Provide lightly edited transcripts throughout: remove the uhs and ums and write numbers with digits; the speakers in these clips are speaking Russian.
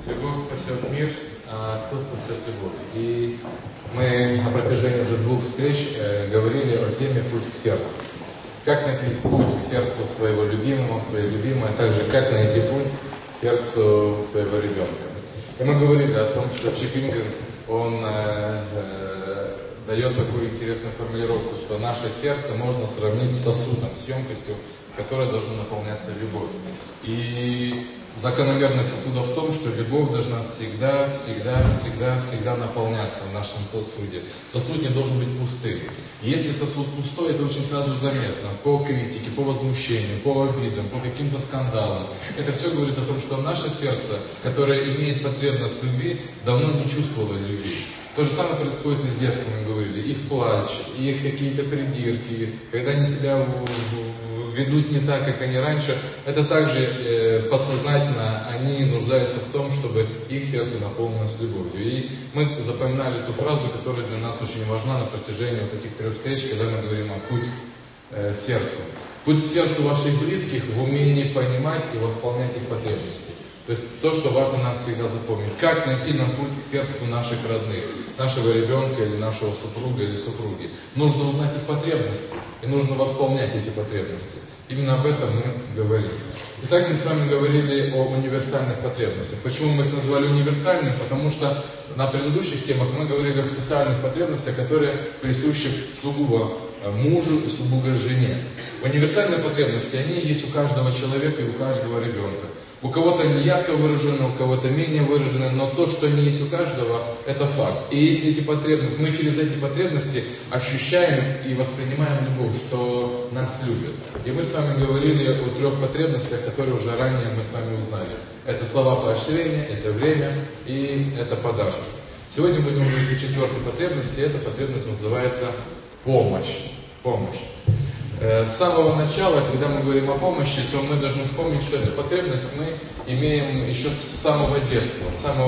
Любовь спасет мир, а кто спасет любовь? И мы на протяжении уже 2 встреч говорили о теме «Путь к сердцу». Как найти путь к сердцу своего любимого, своей любимой, а также как найти путь к сердцу своего ребенка. И мы говорили о том, что Чип Ингрен, он дает такую интересную формулировку, что наше сердце можно сравнить с сосудом, с емкостью, которая должна наполняться любовью. И закономерность сосуда в том, что любовь должна всегда наполняться в нашем сосуде. Сосуд не должен быть пустым. И если сосуд пустой, это очень сразу заметно. По критике, по возмущению, по обидам, по каким-то скандалам. Это все говорит о том, что наше сердце, которое имеет потребность в любви, давно не чувствовало любви. То же самое происходит и с детками, мы говорили. Их плач, их какие-то придирки, когда они себя ведут не так, как они раньше, это также подсознательно они нуждаются в том, чтобы их сердце наполнилось любовью. И мы запоминали ту фразу, которая для нас очень важна на протяжении вот этих 3 встреч, когда мы говорим о путь к сердцу. Путь к сердцу ваших близких в умении понимать и восполнять их потребности. То есть то, что важно нам всегда запомнить. Как найти нам путь к сердцу наших родных, нашего ребенка или нашего супруга или супруги. Нужно узнать их потребности и нужно восполнять эти потребности. Именно об этом мы говорили. Итак, мы с вами говорили о универсальных потребностях. Почему мы их назвали универсальными? Потому что на предыдущих темах мы говорили о специальных потребностях, которые присущи сугубо мужу и сугубо жене. Универсальные потребности, они есть у каждого человека и у каждого ребенка. У кого-то они ярко выражены, у кого-то менее выражены, но то, что они есть у каждого, это факт. И если эти потребности, мы через эти потребности ощущаем и воспринимаем любовь, что нас любят. И мы с вами говорили о 3 потребностях, которые уже ранее мы с вами узнали. Это слова поощрения, это время и это подарки. Сегодня будем говорить о 4-й потребности, эта потребность называется помощь. Помощь. С самого начала, когда мы говорим о помощи, то мы должны вспомнить, что эту потребность мы имеем еще с самого детства.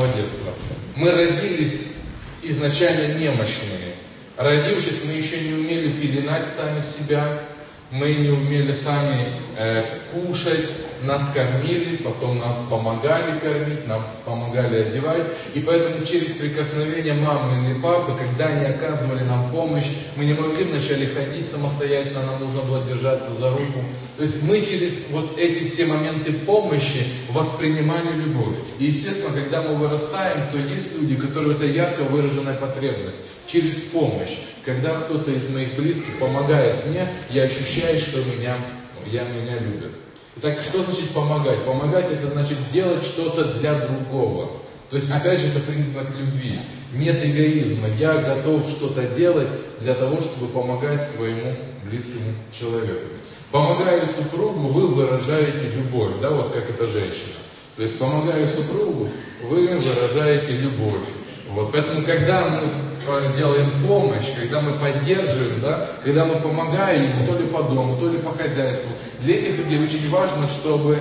Мы родились изначально немощными. Родившись, мы еще не умели пеленать сами себя, мы не умели сами кушать, нас кормили, потом нас помогали кормить, нас помогали одевать. И поэтому через прикосновение мамы или папы, когда они оказывали нам помощь, мы не могли вначале ходить самостоятельно, нам нужно было держаться за руку. То есть мы через вот эти все моменты помощи воспринимали любовь. И естественно, когда мы вырастаем, то есть люди, которые это ярко выраженная потребность. Через помощь. Когда кто-то из моих близких помогает мне, я ощущаю, что меня любят. Итак, что значит помогать? Помогать — это значит делать что-то для другого. То есть, опять же, это признак любви. Нет эгоизма. Я готов что-то делать для того, чтобы помогать своему близкому человеку. Помогая супругу, вы выражаете любовь, да, вот как эта женщина. То есть, помогая супругу, вы выражаете любовь. Вот, поэтому, когда мы делаем помощь, когда мы поддерживаем, да, когда мы помогаем ему то ли по дому, то ли по хозяйству, для этих людей очень важно, чтобы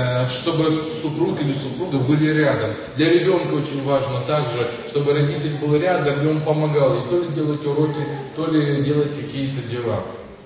супруг или супруга были рядом. Для ребенка очень важно также, чтобы родитель был рядом, и он помогал ей то ли делать уроки, то ли делать какие-то дела.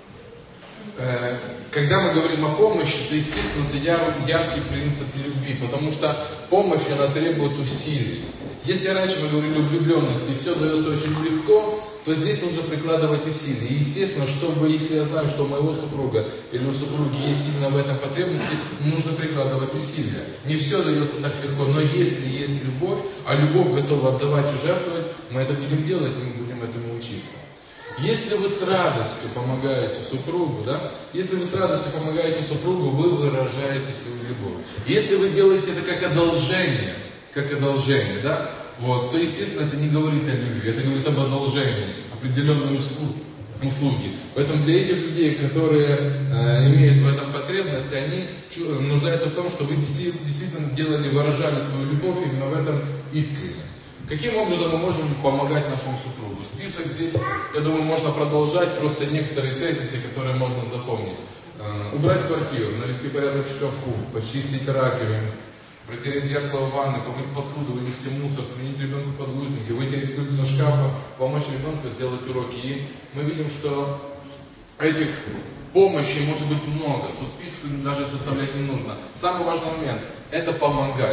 Когда мы говорим о помощи, то, естественно, это яркий принцип любви, потому что помощь, она требует усилий. Если раньше мы говорили о влюбленности, и все дается очень легко, то здесь нужно прикладывать усилия. И, естественно, если я знаю, что у моего супруга или у супруги есть именно в этом потребности, нужно прикладывать усилия. Не все дается так легко, но если есть любовь, а любовь готова отдавать и жертвовать, мы это будем делать, и мы будем этому учиться. Если вы с радостью помогаете супругу, да, если вы с радостью помогаете супругу, вы выражаете свою любовь. Если вы делаете это как одолжение, да, вот, то, естественно, это не говорит о любви, это говорит об одолжении, определенной услуги. Поэтому для этих людей, которые имеют в этом потребность, они нуждаются в том, что вы действительно выражали свою любовь именно в этом искренне. Каким образом мы можем помогать нашему супругу? Список здесь, я думаю, можно продолжать, просто некоторые тезисы, которые можно запомнить. Убрать квартиру, навести порядок в шкафу, почистить раковину, протереть зеркало в ванной, помыть посуду, вынести мусор, сменить ребенку подгузники, вытереть пыль со шкафа, помочь ребенку сделать уроки. И мы видим, что этих помощи может быть много. Тут список даже составлять не нужно. Самый важный момент – это помогать.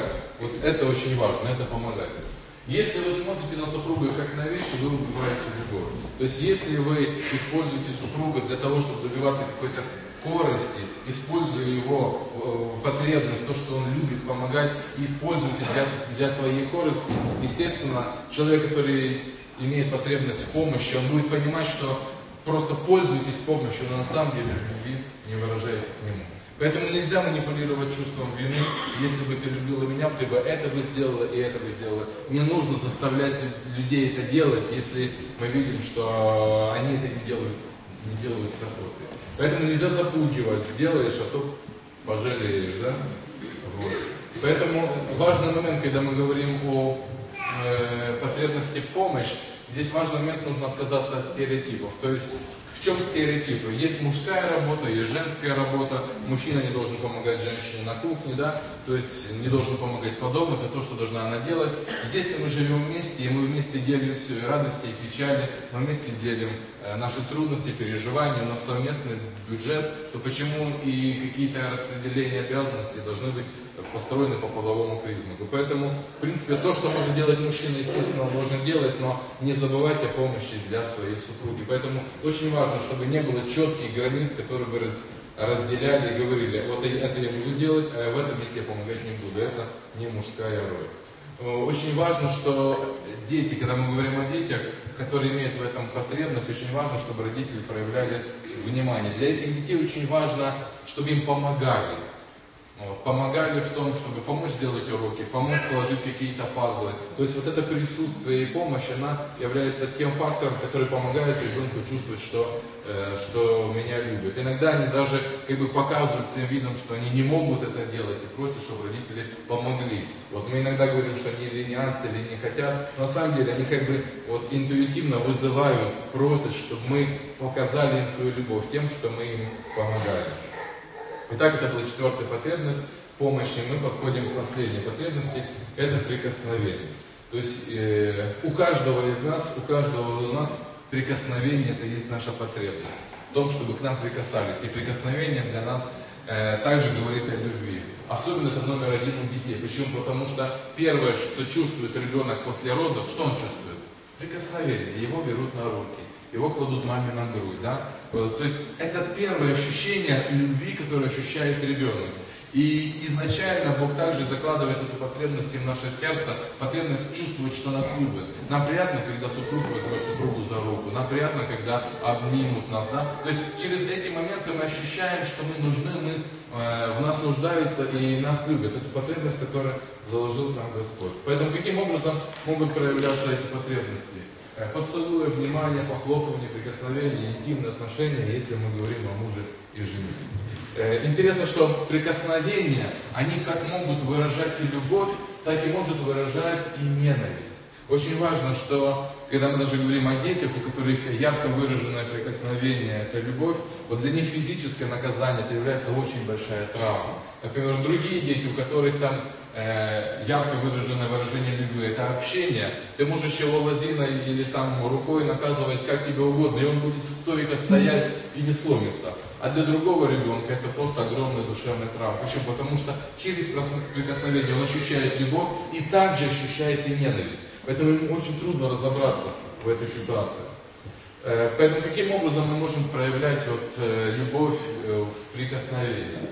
Вот это очень важно, это помогает. Если вы смотрите на супруга как на вещи, вы убиваете любовь. То есть если вы используете супруга для того, чтобы добиваться какой-то корысти, используя его потребность, то, что он любит помогать, и используете для своей корысти, естественно, человек, который имеет потребность в помощи, он будет понимать, что просто пользуетесь помощью, но на самом деле любви не выражаете к нему. Поэтому нельзя манипулировать чувством вины. Если бы ты любила меня, ты бы это бы сделала и это бы сделала. Не нужно заставлять людей это делать, если мы видим, что они это не делают с охотой. Поэтому нельзя запугивать, сделаешь, а то пожалеешь, да? Вот. Поэтому важный момент, когда мы говорим о потребности в помощи, здесь важный момент, нужно отказаться от стереотипов. То есть в чем стереотипы? Есть мужская работа, есть женская работа. Мужчина не должен помогать женщине на кухне, да? То есть не должен помогать по дому, это то, что должна она делать. Здесь мы живем вместе, и мы вместе делим все и радости, и печали, мы вместе делим наши трудности, переживания, у нас совместный бюджет, то почему и какие-то распределения обязанностей должны быть построены по половому признаку. Поэтому, в принципе, то, что может делать мужчина, естественно, он должен делать, но не забывайте о помощи для своей супруги. Поэтому очень важно, чтобы не было четких границ, которые бы разделяли и говорили, вот это я буду делать, а в этом я тебе помогать не буду. Это не мужская роль. Очень важно, что дети, когда мы говорим о детях, которые имеют в этом потребность, очень важно, чтобы родители проявляли внимание. Для этих детей очень важно, чтобы им помогали. Помогали в том, чтобы помочь сделать уроки, помочь сложить какие-то пазлы. То есть вот это присутствие и помощь, она является тем фактором, который помогает ребенку чувствовать, что меня любят. Иногда они даже показывают своим видом, что они не могут это делать и просят, чтобы родители помогли. Вот мы иногда говорим, что они ленятся или не хотят, но на самом деле они интуитивно вызывают, просят, чтобы мы показали им свою любовь тем, что мы им помогали. Итак, это была 4-я потребность помощи. Мы подходим к последней потребности, это прикосновение. То есть у каждого из нас прикосновение это есть наша потребность. В том, чтобы к нам прикасались. И прикосновение для нас также говорит о любви. Особенно это номер 1 у детей. Почему? Потому что первое, что чувствует ребенок после родов, что он чувствует? Прикосновение. Его берут на руки. Его кладут маме на грудь, да? То есть это первое ощущение любви, которое ощущает ребенок. И изначально Бог также закладывает эту потребность в наше сердце, потребность чувствовать, что нас любят. Нам приятно, когда супруг возьмет супругу за руку, нам приятно, когда обнимут нас, да? То есть через эти моменты мы ощущаем, что мы нужны, в нас нуждаются и нас любят. Это потребность, которую заложил нам Господь. Поэтому каким образом могут проявляться эти потребности? Поцелуй, внимание, похлопывание, прикосновение, интимные отношения, если мы говорим о муже и жене. Интересно, что прикосновения, они как могут выражать и любовь, так и может выражать и ненависть. Очень важно, что когда мы даже говорим о детях, у которых ярко выраженное прикосновение, это любовь, вот для них физическое наказание это является очень большая травма. Например, другие дети, у которых там ярко выраженное выражение любви, это общение. Ты можешь его лозиной или там рукой наказывать как тебе угодно, и он будет стойко стоять и не сломится. А для другого ребенка это просто огромная душевная травма. Почему? Потому что через прикосновение он ощущает любовь и также ощущает и ненависть. Поэтому ему очень трудно разобраться в этой ситуации. Поэтому каким образом мы можем проявлять любовь в прикосновении?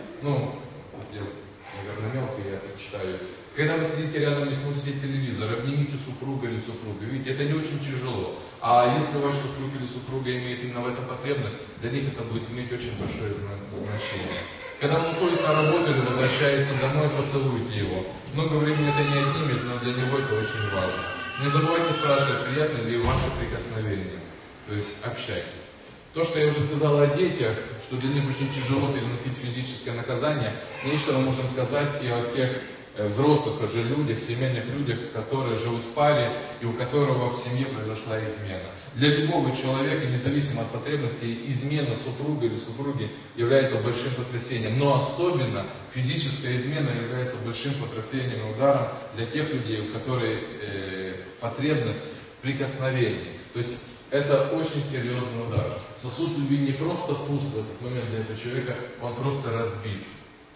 Наверное, мелко я прочитаю. Когда вы сидите рядом и смотрите телевизор, обнимите супруга или супруга. Видите, это не очень тяжело. А если ваш супруг или супруга имеет именно в этом потребность, для них это будет иметь очень большое значение. Когда он уходит на работу или возвращается домой, поцелуйте его. Много времени это не отнимет, но для него это очень важно. Не забывайте спрашивать, приятно ли ваше прикосновение. То есть общайтесь. То, что я уже сказал о детях, что для них очень тяжело переносить физическое наказание, нечто мы можем сказать и о тех взрослых уже людях, семейных людях, которые живут в паре и у которого в семье произошла измена. Для любого человека, независимо от потребностей, измена супруга или супруги является большим потрясением. Но особенно физическая измена является большим потрясением и ударом для тех людей, у которых потребность в прикосновении. То есть это очень серьезный удар. Сосуд любви не просто пуст в этот момент для этого человека, он просто разбит.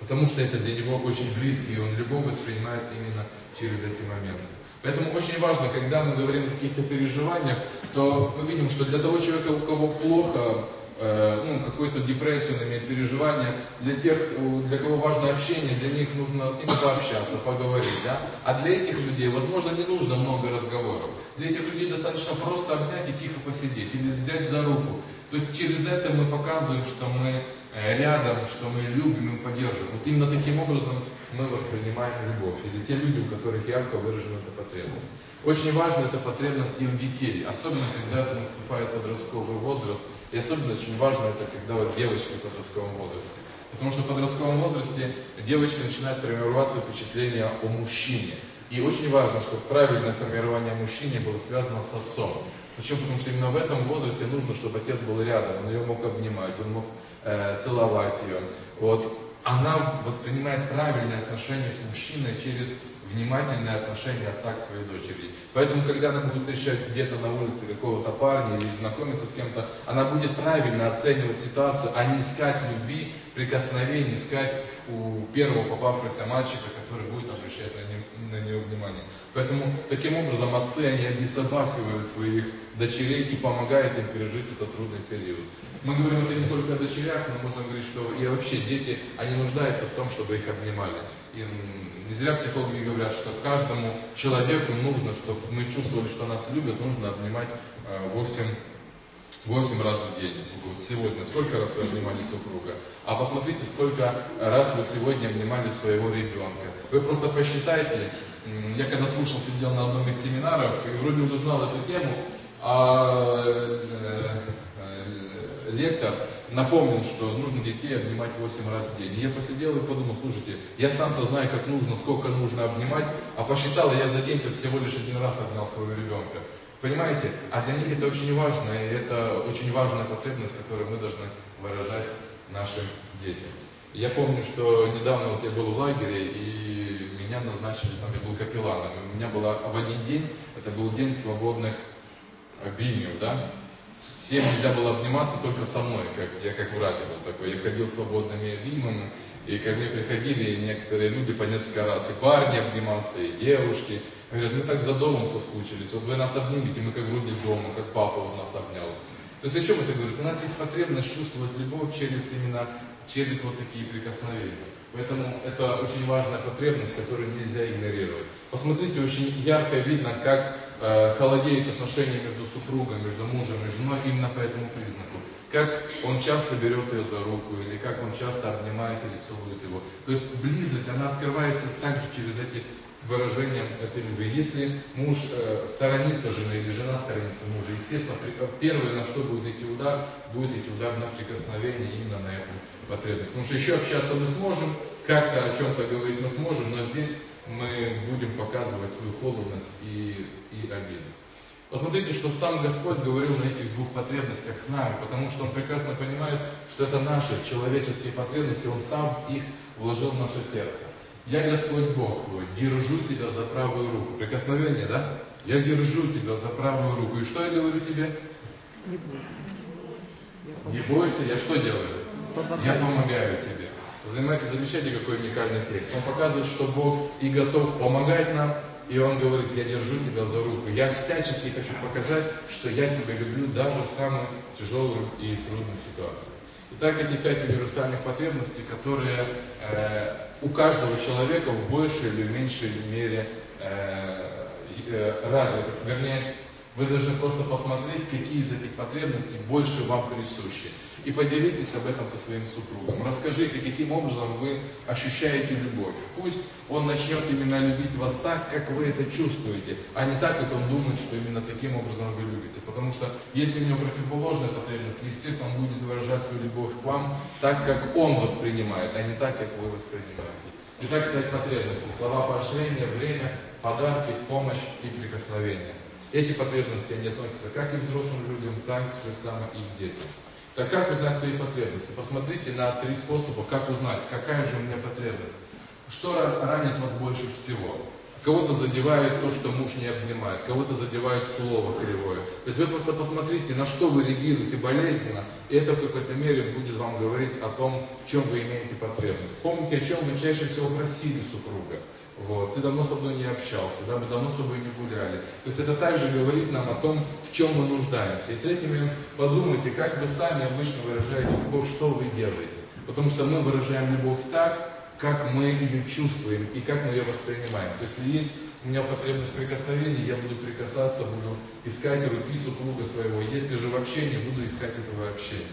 Потому что это для него очень близко, и он любовь воспринимает именно через эти моменты. Поэтому очень важно, когда мы говорим о каких-то переживаниях, то мы видим, что для того человека, у кого плохо, какую-то депрессию, он имеет переживания, для тех, для кого важно общение, для них нужно с ними пообщаться, поговорить. Да? А для этих людей, возможно, не нужно много разговоров. Для этих людей достаточно просто обнять и тихо посидеть, или взять за руку. То есть через это мы показываем, что мы рядом, что мы любим и поддерживаем. Вот именно таким образом мы воспринимаем любовь. Или те люди, у которых ярко выражена эта потребность. Очень важна эта потребность и у детей, особенно когда это наступает подростковый возраст. И особенно очень важно это, когда вот девочки в подростковом возрасте. Потому что в подростковом возрасте девочка начинает формироваться впечатление о мужчине. И очень важно, чтобы правильное формирование мужчины было связано с отцом. Почему? Потому что именно в этом возрасте нужно, чтобы отец был рядом, он ее мог обнимать, он мог целовать ее. Вот. Она воспринимает правильное отношение с мужчиной через внимательное отношение отца к своей дочери. Поэтому, когда она будет встречать где-то на улице какого-то парня или знакомиться с кем-то, она будет правильно оценивать ситуацию, а не искать любви, прикосновений, искать у первого попавшегося мальчика, который будет обращать на нее внимание. Поэтому, таким образом, отцы, они обесобасивают своих дочерей и помогают им пережить этот трудный период. Мы говорим это не только о дочерях, но можно говорить, что и вообще дети, они нуждаются в том, чтобы их обнимали. И не зря психологи говорят, что каждому человеку нужно, чтобы мы чувствовали, что нас любят, нужно обнимать 8 раз в день. Вот сегодня сколько раз вы обнимали супруга? А посмотрите, сколько раз вы сегодня обнимали своего ребенка. Вы просто посчитайте. Я когда слушал, сидел на одном из семинаров и вроде уже знал эту тему, а лектор напомнил, что нужно детей обнимать 8 раз в день. И я посидел и подумал, слушайте, я сам-то знаю, как нужно, сколько нужно обнимать, а посчитал, я за день-то всего лишь 1 раз обнял своего ребенка. Понимаете? А для них это очень важно, и это очень важная потребность, которую мы должны выражать нашим детям. Я помню, что недавно вот я был в лагере, и меня назначили, там я был капелланом, и у меня была в один день, это был день свободных обнимов, да? Всем нельзя было обниматься, только со мной, я как врач был такой. Я ходил свободными обнимами, и ко мне приходили некоторые люди по несколько раз. И парни обнимался, и девушки. Говорят, мы так за домом соскучились, вот вы нас обнимете, мы как вроде дома, как папа вот нас обнял. То есть о чем это говорит? У нас есть потребность чувствовать любовь через вот такие прикосновения. Поэтому это очень важная потребность, которую нельзя игнорировать. Посмотрите, очень ярко видно, как холодеют отношения между супругом, между мужем и женой именно по этому признаку. Как он часто берет ее за руку, или как он часто обнимает или целует его. То есть близость, она открывается также через эти выражения этой любви. Если муж сторонится жены или жена сторонится мужа, естественно, первое, на что будет идти удар на прикосновение именно на эту потребность. Потому что еще общаться мы сможем, как-то о чем-то говорить мы сможем, но здесь мы будем показывать свою холодность и обиду. Посмотрите, что сам Господь говорил на этих 2 потребностях с нами, потому что Он прекрасно понимает, что это наши человеческие потребности, Он сам их вложил в наше сердце. Я Господь Бог твой, держу тебя за правую руку. Прикосновение, да? Я держу тебя за правую руку. И что я говорю тебе? Не бойся. Не бойся, я что делаю? Я помогаю тебе. Замечайте, какой уникальный текст. Он показывает, что Бог и готов помогать нам, и Он говорит, я держу тебя за руку. Я всячески хочу показать, что я тебя люблю даже в самую тяжелую и трудную ситуацию. Итак, эти 5 универсальных потребностей, которые у каждого человека в большей или меньшей мере развиты. Вернее, вы должны просто посмотреть, какие из этих потребностей больше вам присущи. И поделитесь об этом со своим супругом. Расскажите, каким образом вы ощущаете любовь. Пусть он начнет именно любить вас так, как вы это чувствуете, а не так, как он думает, что именно таким образом вы любите. Потому что если у него противоположная потребность, естественно, он будет выражать свою любовь к вам так, как он воспринимает, а не так, как вы воспринимаете. Итак, 5 потребностей. Слова поощрения, время, подарки, помощь и прикосновение. Эти потребности, они относятся как и к взрослым людям, так и к самым их детям. Так как узнать свои потребности? Посмотрите на 3 способа, как узнать, какая же у меня потребность. Что ранит вас больше всего? Кого-то задевает то, что муж не обнимает, кого-то задевает слово кривое. То есть вы просто посмотрите, на что вы реагируете болезненно, и это в какой-то мере будет вам говорить о том, в чем вы имеете потребность. Вспомните, о чем вы чаще всего просили супруга. Вот. Ты давно со мной не общался, да, мы давно с тобой не гуляли. То есть это также говорит нам о том, в чем мы нуждаемся. И третий момент, подумайте, как вы сами обычно выражаете любовь, что вы делаете. Потому что мы выражаем любовь так, как мы ее чувствуем и как мы ее воспринимаем. То есть, если есть у меня потребность прикосновения, я буду прикасаться, буду искать руки супруга своего. Если же в общении, буду искать этого общения.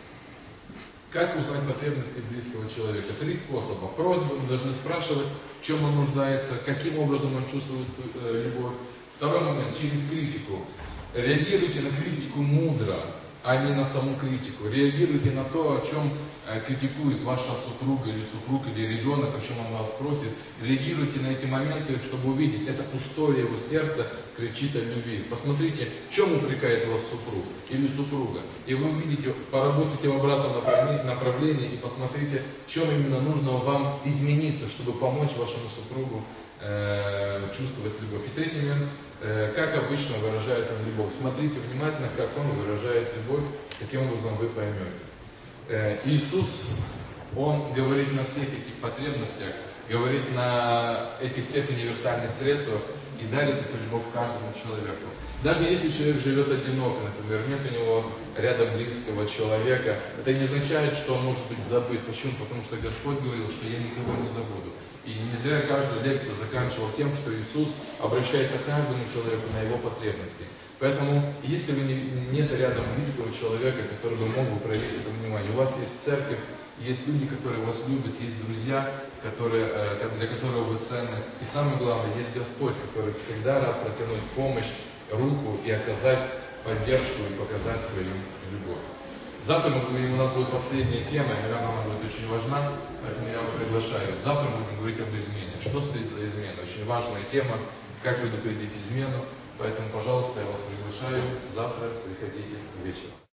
Как узнать потребности близкого человека? 3 способа. Просьбы, мы должны спрашивать, в чем он нуждается, каким образом он чувствует любовь. Второй момент, через критику. Реагируйте на критику мудро, а не на саму критику. Реагируйте на то, о чем критикует ваша супруга или супруг, или ребенок, о чем он вас просит. Реагируйте на эти моменты, чтобы увидеть, это пустое его сердце кричит о любви. Посмотрите, в чем упрекает вас супруг или супруга. И вы увидите, поработайте в обратном направлении и посмотрите, в чем именно нужно вам измениться, чтобы помочь вашему супругу чувствовать любовь. И третий момент, как обычно выражает он любовь. Смотрите внимательно, как он выражает любовь, каким образом вы поймете. Иисус, Он говорит на всех этих потребностях, говорит на этих всех универсальных средствах и дарит эту любовь каждому человеку. Даже если человек живет одиноко, например, нет у него рядом близкого человека, это не означает, что он может быть забыт. Почему? Потому что Господь говорил, что я никого не забуду. И не зря каждую лекцию заканчивал тем, что Иисус обращается к каждому человеку на его потребности. Поэтому, если вы нет рядом близкого человека, который бы мог бы проявить это внимание, у вас есть церковь, есть люди, которые вас любят, есть друзья, для которых вы ценны. И самое главное, есть Господь, который всегда рад протянуть помощь, руку и оказать поддержку и показать свою любовь. Завтра у нас будет последняя тема, и, наверное, она будет очень важна, поэтому я вас приглашаю. Завтра мы будем говорить об измене. Что стоит за изменой? Очень важная тема, как предупредить измену. Поэтому, пожалуйста, я вас приглашаю. Завтра приходите вечером.